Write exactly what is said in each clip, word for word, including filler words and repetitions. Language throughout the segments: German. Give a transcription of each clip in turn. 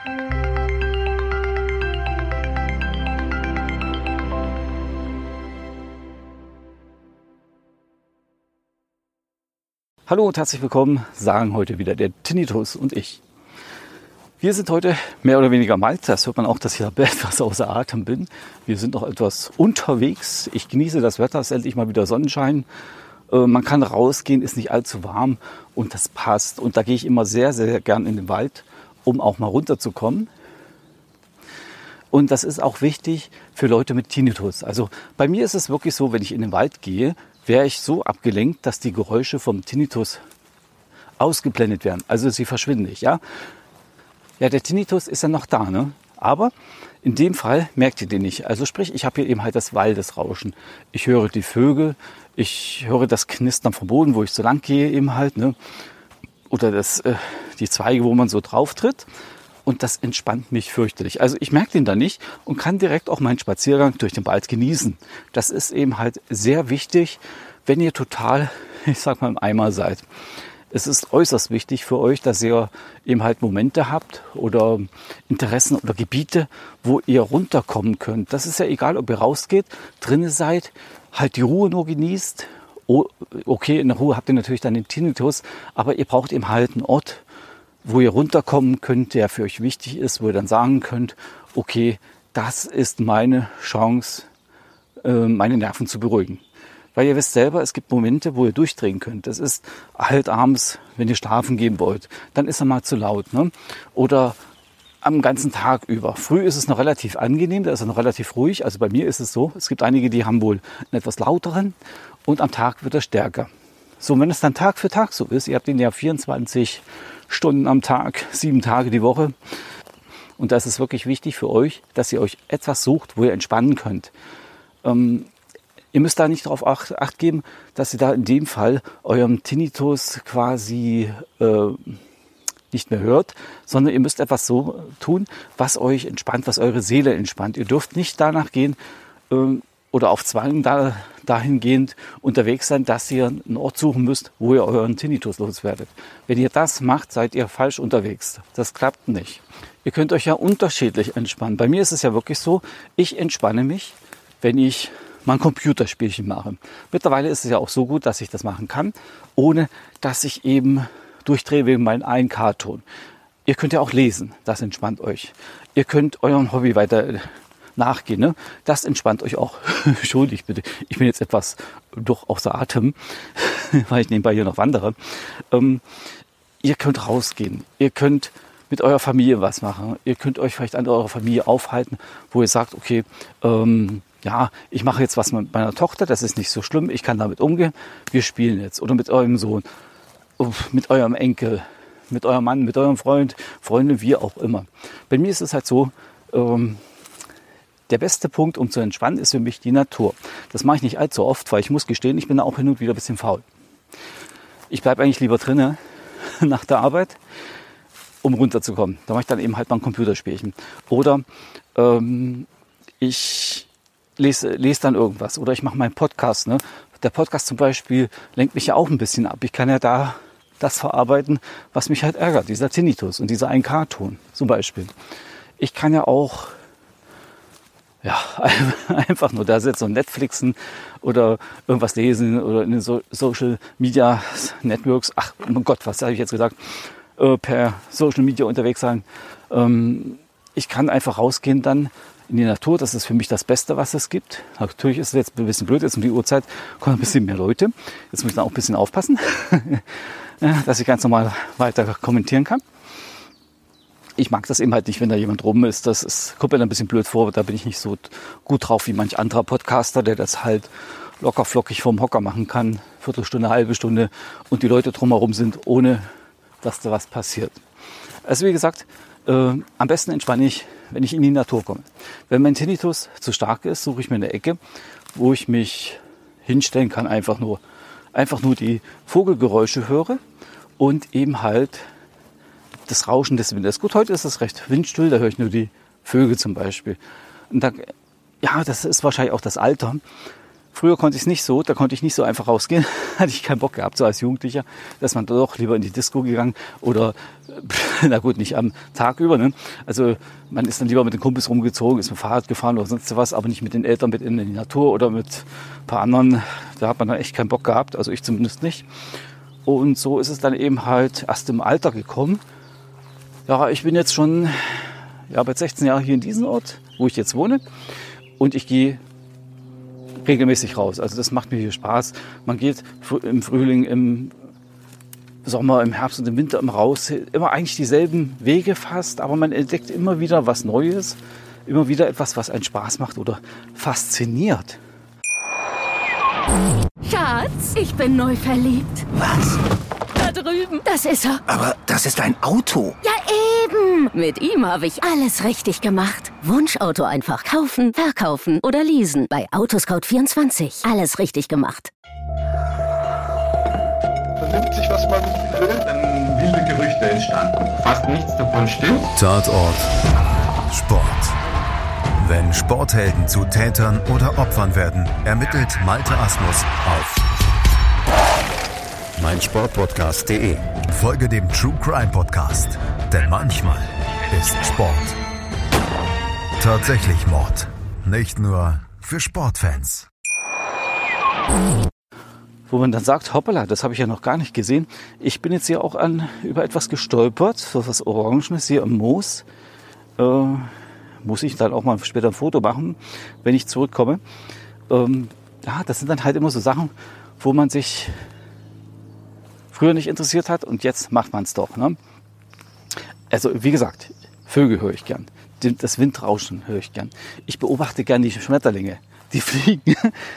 Hallo und herzlich willkommen, sagen heute wieder der Tinnitus und ich. Wir sind heute mehr oder weniger im Wald, das hört man auch, dass ich etwas außer Atem bin. Wir sind noch etwas unterwegs, ich genieße das Wetter, es ist endlich mal wieder Sonnenschein. Äh, man kann rausgehen, ist nicht allzu warm und das passt. Und da gehe ich immer sehr, sehr gern in den Wald, um auch mal runterzukommen. Und das ist auch wichtig für Leute mit Tinnitus. Also bei mir ist es wirklich so, wenn ich in den Wald gehe, wäre ich so abgelenkt, dass die Geräusche vom Tinnitus ausgeblendet werden. Also sie verschwinden nicht, ja. Ja, der Tinnitus ist ja noch da, ne? Aber in dem Fall merkt ihr den nicht. Also sprich, ich habe hier eben halt das Waldesrauschen. Ich höre die Vögel, ich höre das Knistern vom Boden, wo ich so lang gehe eben halt, ne? Oder das, äh, die Zweige, wo man so drauf tritt. Und das entspannt mich fürchterlich. Also ich merke den da nicht und kann direkt auch meinen Spaziergang durch den Wald genießen. Das ist eben halt sehr wichtig, wenn ihr total, ich sag mal, im Eimer seid. Es ist äußerst wichtig für euch, dass ihr eben halt Momente habt oder Interessen oder Gebiete, wo ihr runterkommen könnt. Das ist ja egal, ob ihr rausgeht, drinnen seid, halt die Ruhe nur genießt. Okay, in der Ruhe habt ihr natürlich dann den Tinnitus, aber ihr braucht eben halt einen Ort, wo ihr runterkommen könnt, der für euch wichtig ist, wo ihr dann sagen könnt, okay, das ist meine Chance, meine Nerven zu beruhigen. Weil ihr wisst selber, es gibt Momente, wo ihr durchdrehen könnt. Das ist halt abends, wenn ihr schlafen gehen wollt, dann ist er mal zu laut, ne? Oder am ganzen Tag über. Früh ist es noch relativ angenehm, da ist er noch relativ ruhig. Also bei mir ist es so, es gibt einige, die haben wohl einen etwas lauteren und am Tag wird er stärker. So, wenn es dann Tag für Tag so ist, ihr habt ihn ja vierundzwanzig Stunden am Tag, sieben Tage die Woche. Und da ist es wirklich wichtig für euch, dass ihr euch etwas sucht, wo ihr entspannen könnt. Ähm, ihr müsst da nicht darauf acht, acht geben, dass ihr da in dem Fall eurem Tinnitus quasi äh, nicht mehr hört, sondern ihr müsst etwas so tun, was euch entspannt, was eure Seele entspannt. Ihr dürft nicht danach gehen, ähm, oder auf Zwang da, dahingehend unterwegs sein, dass ihr einen Ort suchen müsst, wo ihr euren Tinnitus loswerdet. Wenn ihr das macht, seid ihr falsch unterwegs. Das klappt nicht. Ihr könnt euch ja unterschiedlich entspannen. Bei mir ist es ja wirklich so, ich entspanne mich, wenn ich mal ein Computerspielchen mache. Mittlerweile ist es ja auch so gut, dass ich das machen kann, ohne dass ich eben durchdrehe wegen meinem ein K-Ton. Ihr könnt ja auch lesen, das entspannt euch. Ihr könnt eurem Hobby weiter nachgehen, ne? Das entspannt euch auch. Entschuldigt bitte, ich bin jetzt etwas doch außer Atem, weil ich nebenbei hier noch wandere. Ähm, ihr könnt rausgehen, ihr könnt mit eurer Familie was machen, ihr könnt euch vielleicht an eurer Familie aufhalten, wo ihr sagt, okay, ähm, ja, ich mache jetzt was mit meiner Tochter, das ist nicht so schlimm, ich kann damit umgehen, wir spielen jetzt. Oder mit eurem Sohn, mit eurem Enkel, mit eurem Mann, mit eurem Freund, Freunde, wie auch immer. Bei mir ist es halt so, ähm, der beste Punkt, um zu entspannen, ist für mich die Natur. Das mache ich nicht allzu oft, weil ich muss gestehen, ich bin da auch hin und wieder ein bisschen faul. Ich bleibe eigentlich lieber drinnen nach der Arbeit, um runterzukommen. Da mache ich dann eben halt mal ein Computerspielchen. Oder ähm, ich lese, lese dann irgendwas. Oder ich mache meinen Podcast. Ne? Der Podcast zum Beispiel lenkt mich ja auch ein bisschen ab. Ich kann ja da das verarbeiten, was mich halt ärgert. Dieser Tinnitus und dieser ein K-Ton zum Beispiel. Ich kann ja auch ja, einfach nur da sitzen und Netflixen oder irgendwas lesen oder in den so Social Media Networks, ach oh Gott, was habe ich jetzt gesagt, äh, per Social Media unterwegs sein. Ähm, ich kann einfach rausgehen dann in die Natur, das ist für mich das Beste, was es gibt. Natürlich ist es jetzt ein bisschen blöd, jetzt um die Uhrzeit kommen ein bisschen mehr Leute. Jetzt muss ich dann auch ein bisschen aufpassen, dass ich ganz normal weiter kommentieren kann. Ich mag das eben halt nicht, wenn da jemand rum ist. Das ist, kommt mir dann ein bisschen blöd vor. Da bin ich nicht so gut drauf wie manch anderer Podcaster, der das halt locker flockig vom Hocker machen kann. Viertelstunde, halbe Stunde und die Leute drumherum sind, ohne dass da was passiert. Also wie gesagt, äh, am besten entspanne ich, wenn ich in die Natur komme. Wenn mein Tinnitus zu stark ist, suche ich mir eine Ecke, wo ich mich hinstellen kann. Einfach nur, einfach nur die Vogelgeräusche höre und eben halt das Rauschen des Windes. Gut, heute ist es recht windstill, da höre ich nur die Vögel zum Beispiel. Und da, ja, das ist wahrscheinlich auch das Alter. Früher konnte ich es nicht so, da konnte ich nicht so einfach rausgehen, hatte ich keinen Bock gehabt, so als Jugendlicher, dass man doch lieber in die Disco gegangen oder na gut, nicht am Tag über. Ne? Also man ist dann lieber mit den Kumpels rumgezogen, ist mit dem Fahrrad gefahren oder sonst was, aber nicht mit den Eltern mit in die Natur oder mit ein paar anderen. Da hat man dann echt keinen Bock gehabt, also ich zumindest nicht. Und so ist es dann eben halt erst im Alter gekommen. Ja, ich bin jetzt schon ja, bei sechzehn Jahren hier in diesem Ort, wo ich jetzt wohne. Und ich gehe regelmäßig raus. Also das macht mir hier Spaß. Man geht im Frühling, im Sommer, im Herbst und im Winter immer raus. Immer eigentlich dieselben Wege fast, aber man entdeckt immer wieder was Neues. Immer wieder etwas, was einen Spaß macht oder fasziniert. Schatz, ich bin neu verliebt. Was? Da drüben. Das ist er. Aber das ist ein Auto. Ja, eben. Mit ihm habe ich alles richtig gemacht. Wunschauto einfach kaufen, verkaufen oder leasen. Bei Autoscout vierundzwanzig. Alles richtig gemacht. Vernimmt sich, was man will. Dann wilde Gerüchte entstanden. Fast nichts davon stimmt. Tatort Sport. Wenn Sporthelden zu Tätern oder Opfern werden, ermittelt Malte Asmus auf meinsportpodcast punkt de. Folge dem True Crime Podcast, denn manchmal ist Sport tatsächlich Mord. Nicht nur für Sportfans. Wo man dann sagt, hoppala, das habe ich ja noch gar nicht gesehen. Ich bin jetzt hier auch an, über etwas gestolpert, so was Orangenes hier im Moos. Äh, muss ich dann auch mal später ein Foto machen, wenn ich zurückkomme. Ähm, ja, das sind dann halt immer so Sachen, wo man sich früher nicht interessiert hat und jetzt macht man es doch. Ne? Also wie gesagt, Vögel höre ich gern. Das Windrauschen höre ich gern. Ich beobachte gern die Schmetterlinge, die fliegen.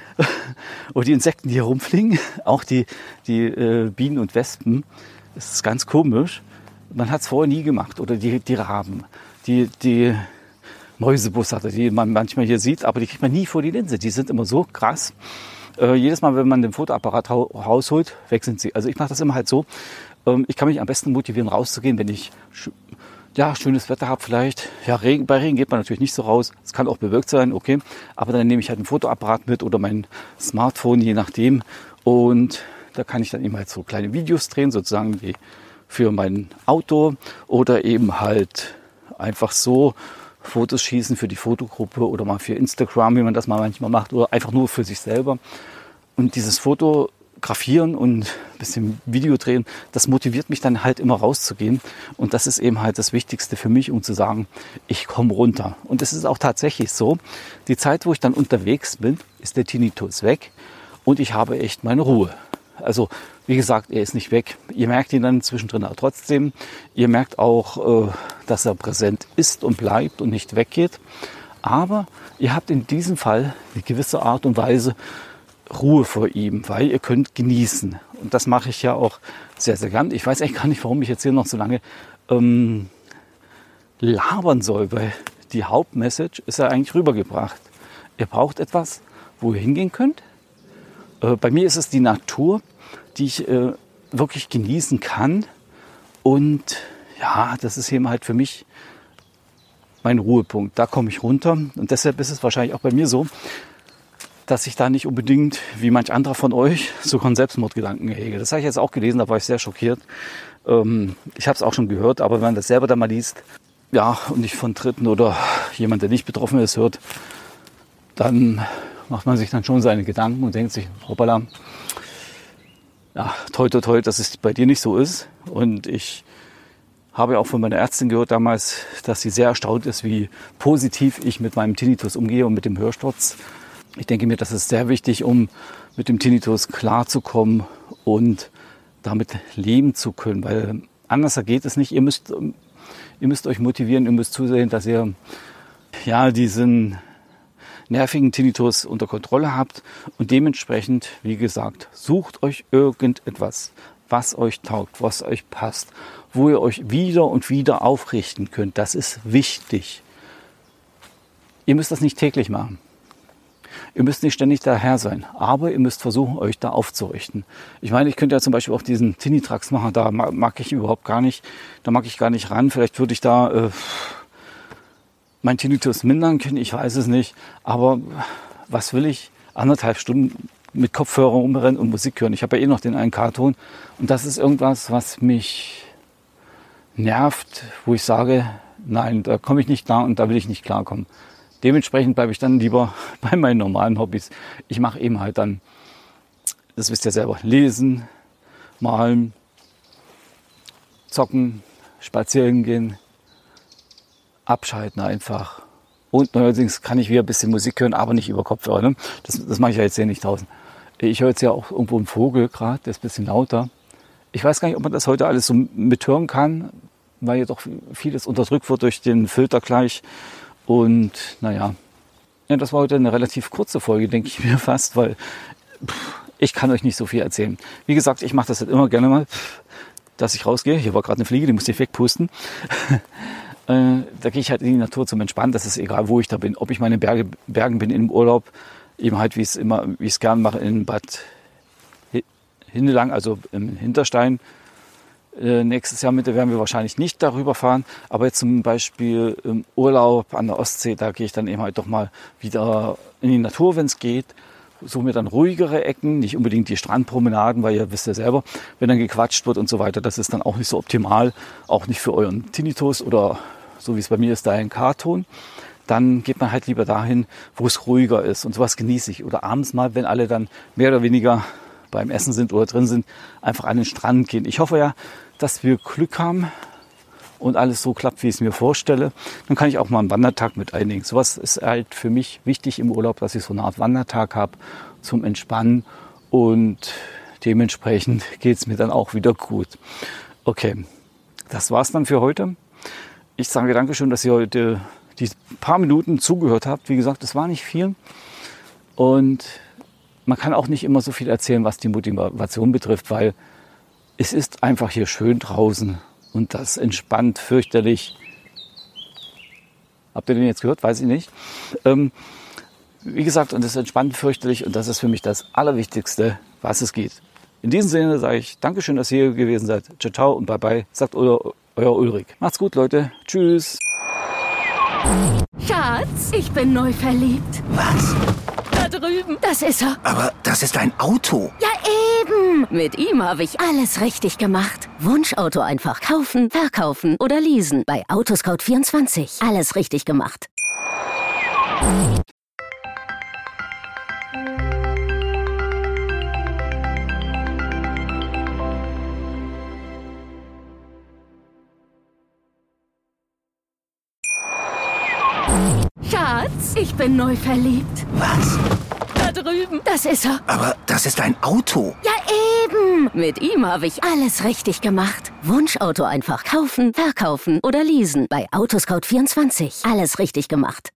Und die Insekten, die hier rumfliegen, auch die, die äh, Bienen und Wespen. Das ist ganz komisch. Man hat es vorher nie gemacht. Oder die, die Raben, die, die Mäusebussarde, die man manchmal hier sieht, aber die kriegt man nie vor die Linse. Die sind immer so krass. Äh, jedes Mal, wenn man den Fotoapparat hau- rausholt, weg sind sie. Also ich mache das immer halt so. Ähm, ich kann mich am besten motivieren, rauszugehen, wenn ich sch- ja, schönes Wetter habe vielleicht. Ja, Regen, bei Regen geht man natürlich nicht so raus. Es kann auch bewölkt sein, okay. Aber dann nehme ich halt ein Fotoapparat mit oder mein Smartphone, je nachdem. Und da kann ich dann eben halt so kleine Videos drehen, sozusagen wie für mein Auto. Oder eben halt einfach so Fotos schießen für die Fotogruppe oder mal für Instagram, wie man das mal manchmal macht. Oder einfach nur für sich selber. Und dieses Fotografieren und ein bisschen Video drehen, das motiviert mich dann halt immer rauszugehen. Und das ist eben halt das Wichtigste für mich, um zu sagen, ich komme runter. Und es ist auch tatsächlich so, die Zeit, wo ich dann unterwegs bin, ist der Tinnitus weg und ich habe echt meine Ruhe. Also wie gesagt, er ist nicht weg. Ihr merkt ihn dann zwischendrin auch trotzdem. Ihr merkt auch, dass er präsent ist und bleibt und nicht weggeht. Aber ihr habt in diesem Fall eine gewisse Art und Weise Ruhe vor ihm, weil ihr könnt genießen. Und das mache ich ja auch sehr, sehr gern. Ich weiß echt gar nicht, warum ich jetzt hier noch so lange ähm, labern soll, weil die Hauptmessage ist ja eigentlich rübergebracht. Ihr braucht etwas, wo ihr hingehen könnt. Äh, bei mir ist es die Natur, die ich äh, wirklich genießen kann. Und ja, das ist eben halt für mich mein Ruhepunkt. Da komme ich runter. Und deshalb ist es wahrscheinlich auch bei mir so, dass ich da nicht unbedingt, wie manch anderer von euch, sogar einen Selbstmordgedanken hege. Das habe ich jetzt auch gelesen, da war ich sehr schockiert. Ähm, ich habe es auch schon gehört, aber wenn man das selber dann mal liest, ja, und nicht von Dritten oder jemand, der nicht betroffen ist, hört, dann macht man sich dann schon seine Gedanken und denkt sich, hoppala, ja, toi, toi, toi, dass es bei dir nicht so ist. Und ich habe auch von meiner Ärztin gehört damals, dass sie sehr erstaunt ist, wie positiv ich mit meinem Tinnitus umgehe und mit dem Hörsturz. Ich denke mir, das ist sehr wichtig, um mit dem Tinnitus klarzukommen und damit leben zu können, weil anders geht es nicht. Ihr müsst, ihr müsst euch motivieren, ihr müsst zusehen, dass ihr ja, diesen nervigen Tinnitus unter Kontrolle habt und dementsprechend, wie gesagt, sucht euch irgendetwas, was euch taugt, was euch passt, wo ihr euch wieder und wieder aufrichten könnt. Das ist wichtig. Ihr müsst das nicht täglich machen. Ihr müsst nicht ständig daher sein, aber ihr müsst versuchen, euch da aufzurichten. Ich meine, ich könnte ja zum Beispiel auch diesen Tinitrax machen, da mag ich überhaupt gar nicht, da mag ich gar nicht ran. Vielleicht würde ich da äh, mein Tinnitus mindern können, ich weiß es nicht. Aber was will ich? Anderthalb Stunden mit Kopfhörer rumrennen und Musik hören. Ich habe ja eh noch den einen K-Ton und das ist irgendwas, was mich nervt, wo ich sage, nein, da komme ich nicht klar und da will ich nicht klarkommen. Dementsprechend bleibe ich dann lieber bei meinen normalen Hobbys. Ich mache eben halt dann, das wisst ihr selber, lesen, malen, zocken, spazieren gehen, abschalten einfach. Und neuerdings kann ich wieder ein bisschen Musik hören, aber nicht über Kopfhörer. Ne? Das, das mache ich ja jetzt hier nicht draußen. Ich höre jetzt ja auch irgendwo einen Vogel gerade, der ist ein bisschen lauter. Ich weiß gar nicht, ob man das heute alles so mithören kann, weil ja doch vieles unterdrückt wird durch den Filter gleich. Und naja, ja, das war heute eine relativ kurze Folge, denke ich mir fast, weil pff, ich kann euch nicht so viel erzählen. Wie gesagt, ich mache das halt immer gerne mal, dass ich rausgehe. Hier war gerade eine Fliege, die musste ich wegpusten. äh, da gehe ich halt in die Natur zum Entspannen. Das ist egal, wo ich da bin. Ob ich mal in den Berge, Bergen bin, im Urlaub, eben halt, wie ich es immer, wie ich es gern mache, in Bad Hindelang, also im Hinterstein. Äh, nächstes Jahr Mitte werden wir wahrscheinlich nicht darüber fahren, aber jetzt zum Beispiel im Urlaub an der Ostsee, da gehe ich dann eben halt doch mal wieder in die Natur, wenn es geht. Suche mir dann ruhigere Ecken, nicht unbedingt die Strandpromenaden, weil ihr wisst ja selber, wenn dann gequatscht wird und so weiter, das ist dann auch nicht so optimal, auch nicht für euren Tinnitus oder so wie es bei mir ist, da ein K-Ton. Dann geht man halt lieber dahin, wo es ruhiger ist und sowas genieße ich. Oder abends mal, wenn alle dann mehr oder weniger beim Essen sind oder drin sind, einfach an den Strand gehen. Ich hoffe ja, dass wir Glück haben und alles so klappt, wie ich es mir vorstelle. Dann kann ich auch mal einen Wandertag mit einlegen. Sowas ist halt für mich wichtig im Urlaub, dass ich so eine Art Wandertag habe zum Entspannen und dementsprechend geht es mir dann auch wieder gut. Okay, das war's dann für heute. Ich sage Dankeschön, dass ihr heute die paar Minuten zugehört habt. Wie gesagt, es war nicht viel und man kann auch nicht immer so viel erzählen, was die Motivation betrifft, weil es ist einfach hier schön draußen und das entspannt fürchterlich. Habt ihr den jetzt gehört? Weiß ich nicht. Ähm, wie gesagt, und es entspannt fürchterlich und das ist für mich das Allerwichtigste, was es geht. In diesem Sinne sage ich Dankeschön, dass ihr hier gewesen seid. Ciao, ciao und bye bye. Sagt euer, euer Ulrich. Macht's gut, Leute. Tschüss. Schatz, ich bin neu verliebt. Was? Da drüben. Das ist er. Aber das ist ein Auto. Ja, eben. Mit ihm habe ich alles richtig gemacht. Wunschauto einfach kaufen, verkaufen oder leasen. Bei Autoscout vierundzwanzig. Alles richtig gemacht. Schatz, ich bin neu verliebt. Was? Da drüben. Das ist er. Aber das ist ein Auto. Ja, eben. Mit ihm habe ich alles richtig gemacht. Wunschauto einfach kaufen, verkaufen oder leasen. Bei Autoscout vierundzwanzig. Alles richtig gemacht.